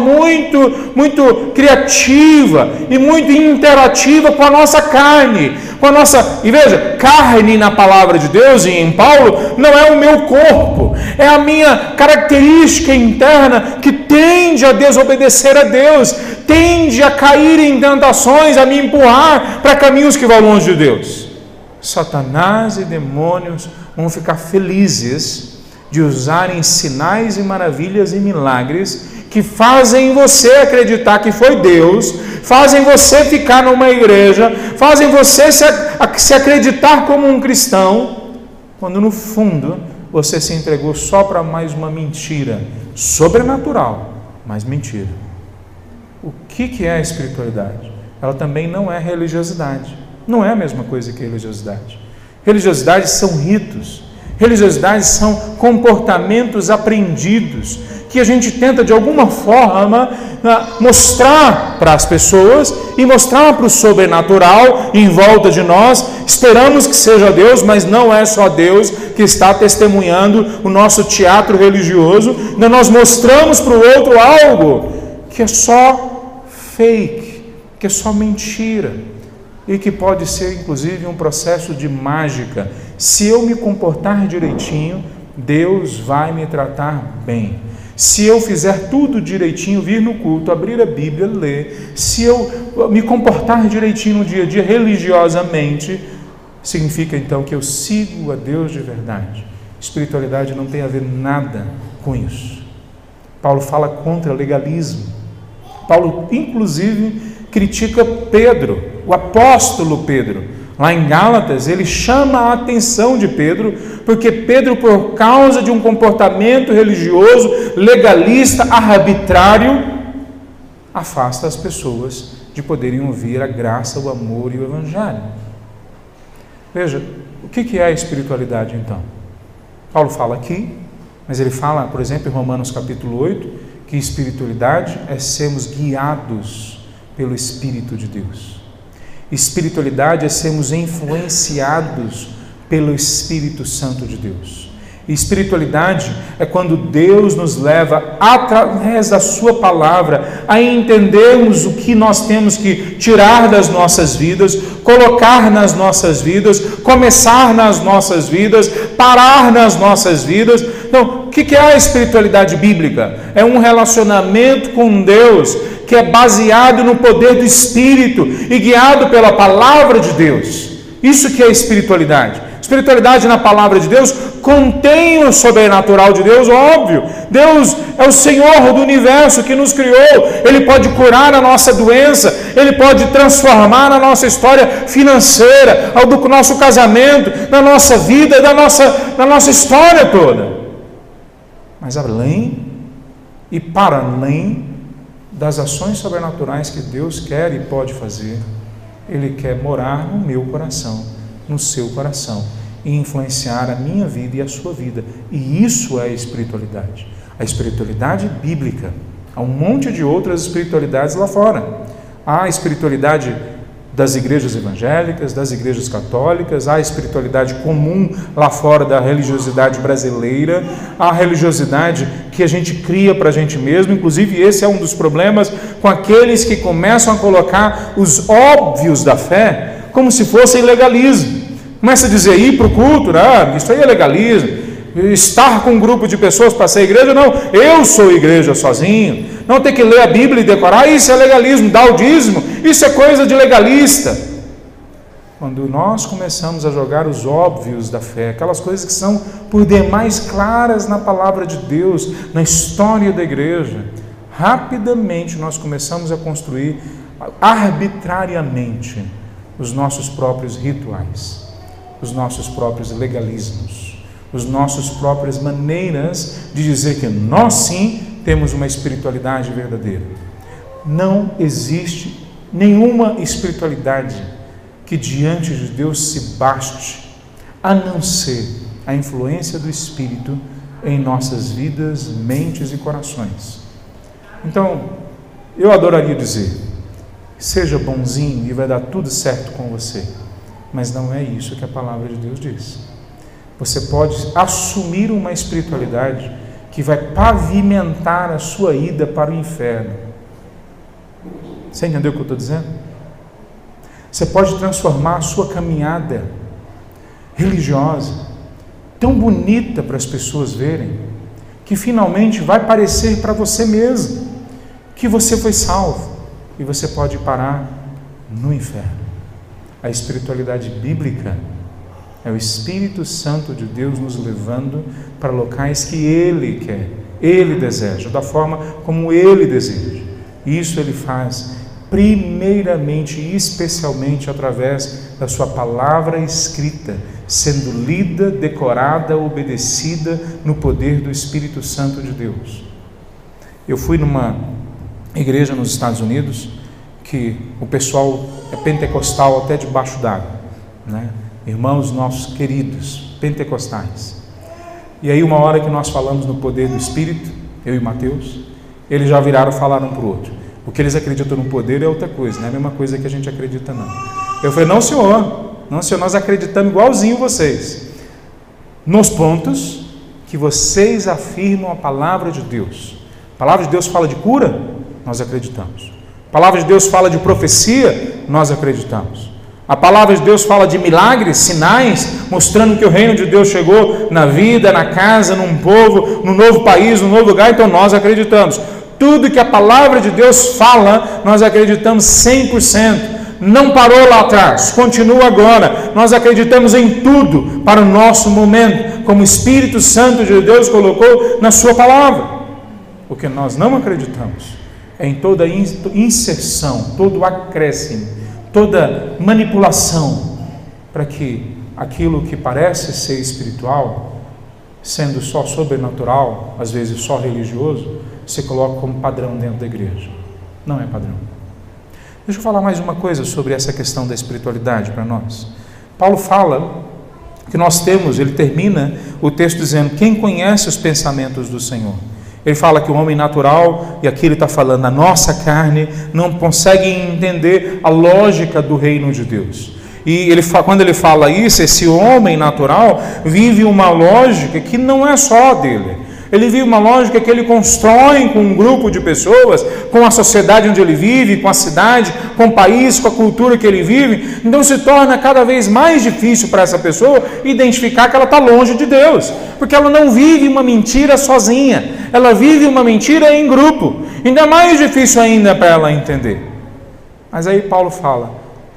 muito criativa e muito interativa com a nossa carne. E veja, carne na palavra de Deus e em Paulo não é o meu corpo, é a minha característica interna que tende a desobedecer a Deus, tende a cair em tentações, a me empurrar para caminhos que vão longe de Deus. Satanás e demônios vão ficar felizes de usarem sinais e maravilhas e milagres que fazem você acreditar que foi Deus, fazem você ficar numa igreja, fazem você se acreditar como um cristão, quando no fundo você se entregou só para mais uma mentira sobrenatural, mas mentira. O que é a espiritualidade? Ela também não é religiosidade, não é a mesma coisa que religiosidade. Religiosidade são ritos, religiosidade são comportamentos aprendidos, que a gente tenta de alguma forma mostrar para as pessoas e mostrar para o sobrenatural em volta de nós. Esperamos que seja Deus, mas não é só Deus que está testemunhando o nosso teatro religioso. Nós mostramos para o outro algo que é só fake, que é só mentira e que pode ser inclusive um processo de mágica. Se eu me comportar direitinho, Deus vai me tratar bem. Se eu fizer tudo direitinho, vir no culto, abrir a Bíblia, ler, se eu me comportar direitinho no dia a dia, religiosamente, significa então que eu sigo a Deus de verdade. Espiritualidade não tem a ver nada com isso. Paulo fala contra legalismo. Paulo, inclusive, critica Pedro, o apóstolo Pedro. Lá em Gálatas, ele chama a atenção de Pedro, porque Pedro, por causa de um comportamento religioso, legalista, arbitrário, afasta as pessoas de poderem ouvir a graça, o amor e o evangelho. Veja, o que é a espiritualidade então? Paulo fala aqui, mas ele fala, por exemplo, em Romanos capítulo 8, que espiritualidade é sermos guiados pelo Espírito de Deus. Espiritualidade é sermos influenciados pelo Espírito Santo de Deus. Espiritualidade é quando Deus nos leva, através da sua palavra, a entendermos o que nós temos que tirar das nossas vidas, colocar nas nossas vidas, começar nas nossas vidas, parar nas nossas vidas. Então, o que é a espiritualidade bíblica? É um relacionamento com Deus que é baseado no poder do Espírito e guiado pela palavra de Deus. Isso que é espiritualidade. Espiritualidade na palavra de Deus contém o sobrenatural de Deus, óbvio. Deus é o Senhor do universo que nos criou. Ele pode curar a nossa doença, Ele pode transformar a nossa história financeira, do nosso casamento, da nossa vida, da nossa história toda. Mas além e para além das ações sobrenaturais que Deus quer e pode fazer, Ele quer morar no meu coração, no seu coração, e influenciar a minha vida e a sua vida. E isso é a espiritualidade. A espiritualidade bíblica. Há um monte de outras espiritualidades lá fora. Há a espiritualidade das igrejas evangélicas, das igrejas católicas, há a espiritualidade comum lá fora da religiosidade brasileira, há a religiosidade que a gente cria para a gente mesmo. Inclusive esse é um dos problemas com aqueles que começam a colocar os óbvios da fé como se fossem legalismo. Começa a dizer, ir para o culto, isso aí é legalismo, estar com um grupo de pessoas para ser igreja, não, eu sou igreja sozinho, não ter que ler a Bíblia e decorar, isso é legalismo, dar o dízimo, isso é coisa de legalista. Quando nós começamos a jogar os óbvios da fé, aquelas coisas que são por demais claras na palavra de Deus, na história da igreja, rapidamente nós começamos a construir arbitrariamente os nossos próprios rituais, os nossos próprios legalismos, as nossas próprias maneiras de dizer que nós sim temos uma espiritualidade verdadeira. Não existe nenhuma espiritualidade que diante de Deus se baste, a não ser a influência do Espírito em nossas vidas, mentes e corações. Então, eu adoraria dizer, seja bonzinho e vai dar tudo certo com você, mas não é isso que a palavra de Deus diz. Você pode assumir uma espiritualidade que vai pavimentar a sua ida para o inferno. Você entendeu o que eu estou dizendo? Você pode transformar a sua caminhada religiosa tão bonita para as pessoas verem, que finalmente vai parecer para você mesmo que você foi salvo, e você pode parar no inferno. A espiritualidade bíblica é o Espírito Santo de Deus nos levando para locais que Ele quer, Ele deseja, da forma como Ele deseja. Isso Ele faz primeiramente e especialmente através da sua palavra escrita, sendo lida, decorada, obedecida no poder do Espírito Santo de Deus. Eu fui numa igreja nos Estados Unidos que o pessoal é pentecostal até debaixo d'água, né? Irmãos nossos queridos, pentecostais. E aí uma hora que nós falamos no poder do Espírito, eu e Mateus, eles já viraram falar um para o outro. O que eles acreditam no poder é outra coisa, não é a mesma coisa que a gente acredita não. Eu falei, não senhor, nós acreditamos igualzinho vocês, nos pontos que vocês afirmam a palavra de Deus. A palavra de Deus fala de cura, nós acreditamos. A palavra de Deus fala de profecia, nós acreditamos. A palavra de Deus fala de milagres, sinais, mostrando que o reino de Deus chegou na vida, na casa, num povo, num novo país, num novo lugar, então nós acreditamos. Tudo que a palavra de Deus fala, nós acreditamos 100%. Não parou lá atrás, continua agora. Nós acreditamos em tudo para o nosso momento, como o Espírito Santo de Deus colocou na sua palavra. O que nós não acreditamos é em toda inserção, todo acréscimo, toda manipulação, para que aquilo que parece ser espiritual, sendo só sobrenatural, às vezes só religioso, se coloca como padrão dentro da igreja. Não é padrão. Deixa eu falar mais uma coisa sobre essa questão da espiritualidade para nós. Paulo fala que nós temos, ele termina o texto dizendo, quem conhece os pensamentos do Senhor? Ele fala que o homem natural, e aqui ele está falando, a nossa carne, não consegue entender a lógica do reino de Deus. E quando ele fala isso, esse homem natural vive uma lógica que não é só dele. Ele vive uma lógica que ele constrói com um grupo de pessoas, com a sociedade onde ele vive, com a cidade, com o país, com a cultura que ele vive. Então se torna cada vez mais difícil para essa pessoa identificar que ela está longe de Deus, porque ela não vive uma mentira sozinha, ela vive uma mentira em grupo. Ainda mais difícil ainda para ela entender. Mas aí Paulo fala,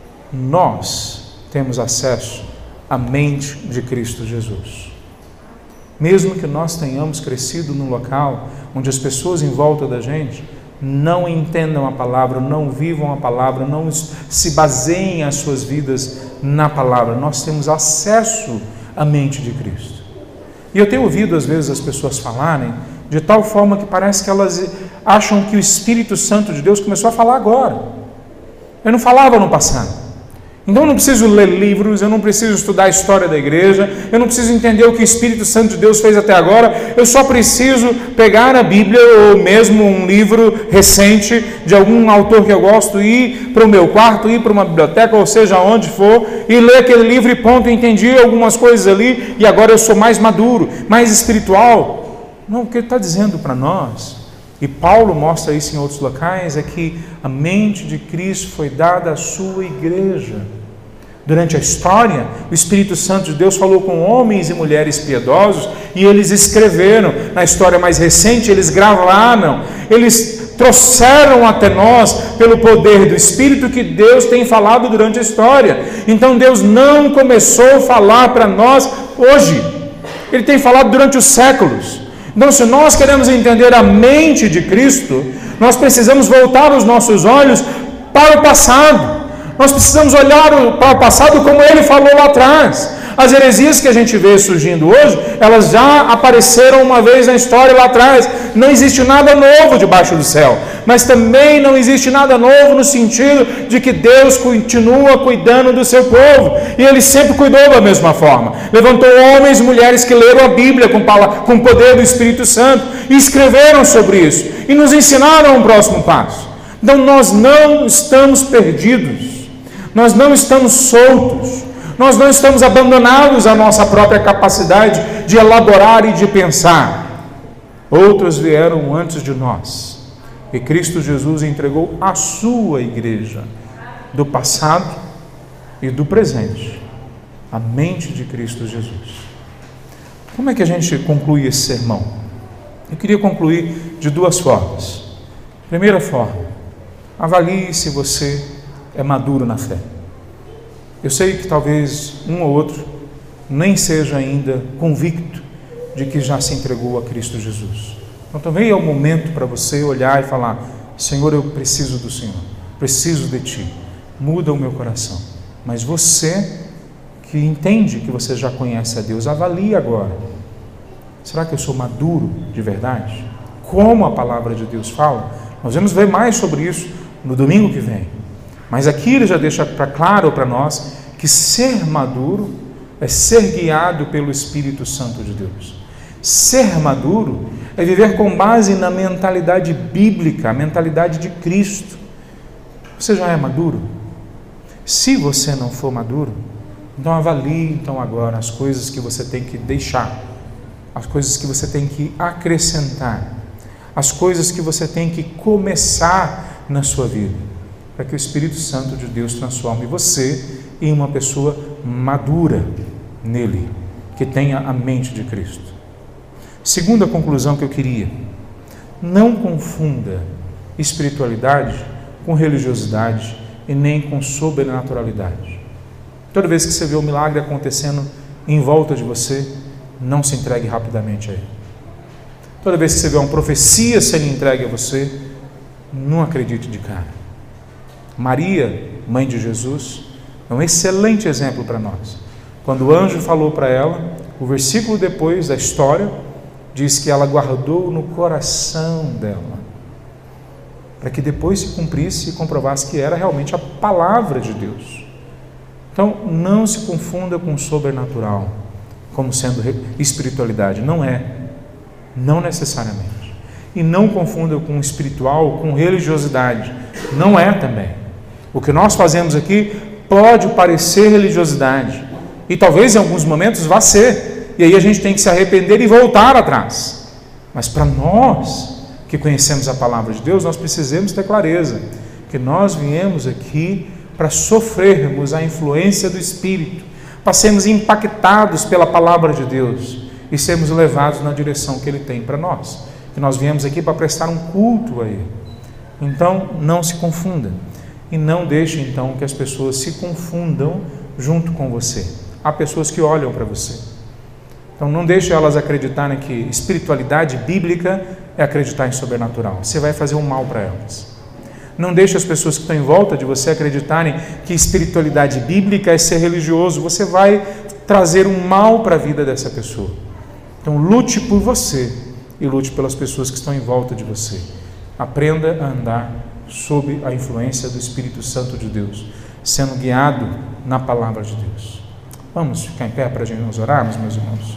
nós temos acesso à mente de Cristo Jesus. Mesmo que nós tenhamos crescido num local onde as pessoas em volta da gente não entendam a palavra, não vivam a palavra, não se baseiem as suas vidas na palavra, nós temos acesso à mente de Cristo. E eu tenho ouvido às vezes as pessoas falarem de tal forma que parece que elas acham que o Espírito Santo de Deus começou a falar agora. Eu não falava no passado. Então eu não preciso ler livros, eu não preciso estudar a história da igreja, eu não preciso entender o que o Espírito Santo de Deus fez até agora, eu só preciso pegar a Bíblia ou mesmo um livro recente de algum autor que eu gosto, ir para o meu quarto, ir para uma biblioteca, ou seja, onde for, e ler aquele livro e ponto, entendi algumas coisas ali e agora eu sou mais maduro, mais espiritual. Não, o que ele está dizendo para nós, e Paulo mostra isso em outros locais, é que a mente de Cristo foi dada à sua igreja. Durante a história, o Espírito Santo de Deus falou com homens e mulheres piedosos e eles escreveram. Na história mais recente, eles gravaram, eles trouxeram até nós, pelo poder do Espírito, que Deus tem falado durante a história. Então Deus não começou a falar para nós hoje, Ele tem falado durante os séculos. Então, se nós queremos entender a mente de Cristo, nós precisamos voltar os nossos olhos para o passado. Nós precisamos olhar para o passado como Ele falou lá atrás. As heresias que a gente vê surgindo hoje, elas já apareceram uma vez na história lá atrás. Não existe nada novo debaixo do céu, mas também não existe nada novo no sentido de que Deus continua cuidando do seu povo, e Ele sempre cuidou da mesma forma. Levantou homens e mulheres que leram a Bíblia com o poder do Espírito Santo e escreveram sobre isso e nos ensinaram um próximo passo. Então nós não estamos perdidos, nós não estamos soltos, nós não estamos abandonados à nossa própria capacidade de elaborar e de pensar. Outros vieram antes de nós, e Cristo Jesus entregou a sua igreja, do passado e do presente, a mente de Cristo Jesus. Como é que a gente conclui esse sermão? Eu queria concluir de duas formas. Primeira forma, avalie se você é maduro na fé. Eu sei que talvez um ou outro nem seja ainda convicto de que já se entregou a Cristo Jesus. Então também é o momento para você olhar e falar: Senhor, eu preciso do Senhor, preciso de Ti, muda o meu coração. Mas você que entende que você já conhece a Deus, avalie agora: será que eu sou maduro de verdade? Como a palavra de Deus fala? Nós vamos ver mais sobre isso no domingo que vem. Mas aqui ele já deixa claro para nós que ser maduro é ser guiado pelo Espírito Santo de Deus. Ser maduro é viver com base na mentalidade bíblica, a mentalidade de Cristo. Você já é maduro? Se você não for maduro, então avalie agora as coisas que você tem que deixar, as coisas que você tem que acrescentar, as coisas que você tem que começar na sua vida, para que o Espírito Santo de Deus transforme você em uma pessoa madura nele, que tenha a mente de Cristo. Segunda conclusão que eu queria: não confunda espiritualidade com religiosidade e nem com sobrenaturalidade. Toda vez que você vê o milagre acontecendo em volta de você, não se entregue rapidamente a ele. Toda vez que você vê uma profecia sendo entregue a você, não acredite de cara. Maria, mãe de Jesus, é um excelente exemplo para nós. Quando o anjo falou para ela, o versículo depois da história diz que ela guardou no coração dela, para que depois se cumprisse e comprovasse que era realmente a palavra de Deus. Então, não se confunda com o sobrenatural como sendo espiritualidade. Não é, não necessariamente. E não confunda com espiritual com religiosidade. Não é também. O que nós fazemos aqui pode parecer religiosidade, e talvez em alguns momentos vá ser, e aí a gente tem que se arrepender e voltar atrás. Mas para nós que conhecemos a palavra de Deus, nós precisamos ter clareza que nós viemos aqui para sofrermos a influência do Espírito, para sermos impactados pela palavra de Deus e sermos levados na direção que Ele tem para nós, que nós viemos aqui para prestar um culto a Ele. Então não se confunda, e não deixe então que as pessoas se confundam junto com você. Há pessoas que olham para você, então não deixe elas acreditarem que espiritualidade bíblica é acreditar em sobrenatural. Você vai fazer um mal para elas. Não deixe as pessoas que estão em volta de você acreditarem que espiritualidade bíblica é ser religioso. Você vai trazer um mal para a vida dessa pessoa. Então lute por você e lute pelas pessoas que estão em volta de você. Aprenda a andar sob a influência do Espírito Santo de Deus, sendo guiado na palavra de Deus. Vamos ficar em pé para a gente nos orarmos, meus irmãos.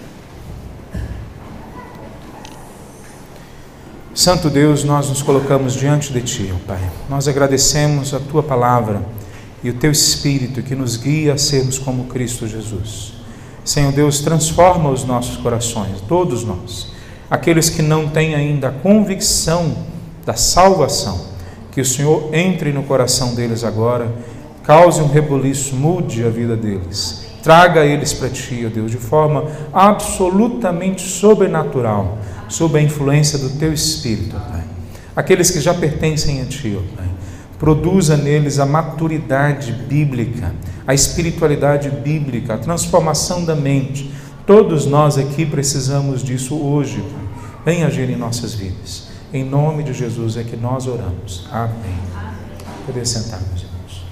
Santo Deus, nós nos colocamos diante de Ti, ó Pai. Nós agradecemos a Tua palavra e o Teu Espírito que nos guia a sermos como Cristo Jesus. Senhor Deus, transforma os nossos corações, todos nós, aqueles que não têm ainda a convicção da salvação, que o Senhor entre no coração deles agora cause um reboliço, mude a vida deles, traga eles para Ti, ó Deus, de forma absolutamente sobrenatural, sob a influência do Teu Espírito, Pai. Aqueles que já pertencem a Ti, ó Pai, produza neles a maturidade bíblica, a espiritualidade bíblica, a transformação da mente. Todos nós aqui precisamos disso hoje, Pai. Vem agir em nossas vidas. Em nome de Jesus é que nós oramos. Amém. Poder sentar, meus irmãos.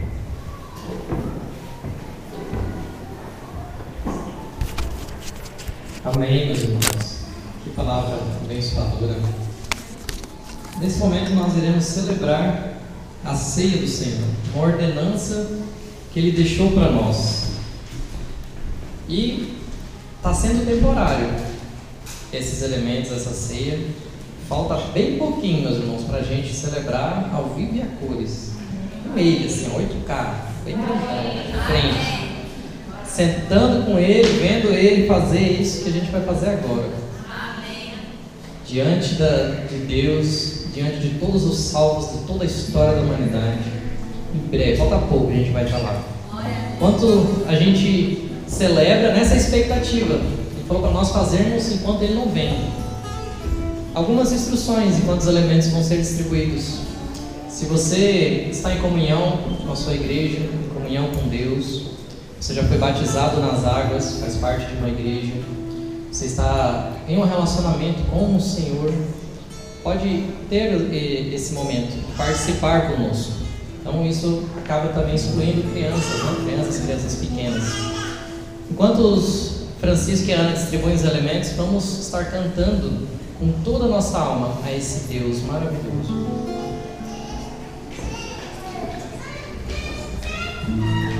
Amém, meus irmãos. Que palavra abençoadora. Nesse momento nós iremos celebrar a ceia do Senhor, uma ordenança que Ele deixou para nós. E está sendo temporário esses elementos, essa ceia. Falta bem pouquinho, meus irmãos, para a gente celebrar ao vivo e a cores. No meio, assim, 8K, bem grandão, frente. Sentando com Ele, vendo Ele fazer isso que a gente vai fazer agora. Diante de Deus, diante de todos os salvos de toda a história da humanidade. Em breve, falta pouco, a gente vai estar lá. Enquanto a gente celebra nessa expectativa, Ele falou para nós fazermos enquanto Ele não vem. Algumas instruções enquanto os elementos vão ser distribuídos. Se você está em comunhão com a sua igreja, em comunhão com Deus, você já foi batizado nas águas, faz parte de uma igreja, você está em um relacionamento com o Senhor, pode ter esse momento, participar conosco. Então isso acaba também excluindo crianças, né? Crianças pequenas. Enquanto os Francisco e a Ana distribuem os elementos, vamos estar cantando com toda a nossa alma a esse Deus maravilhoso.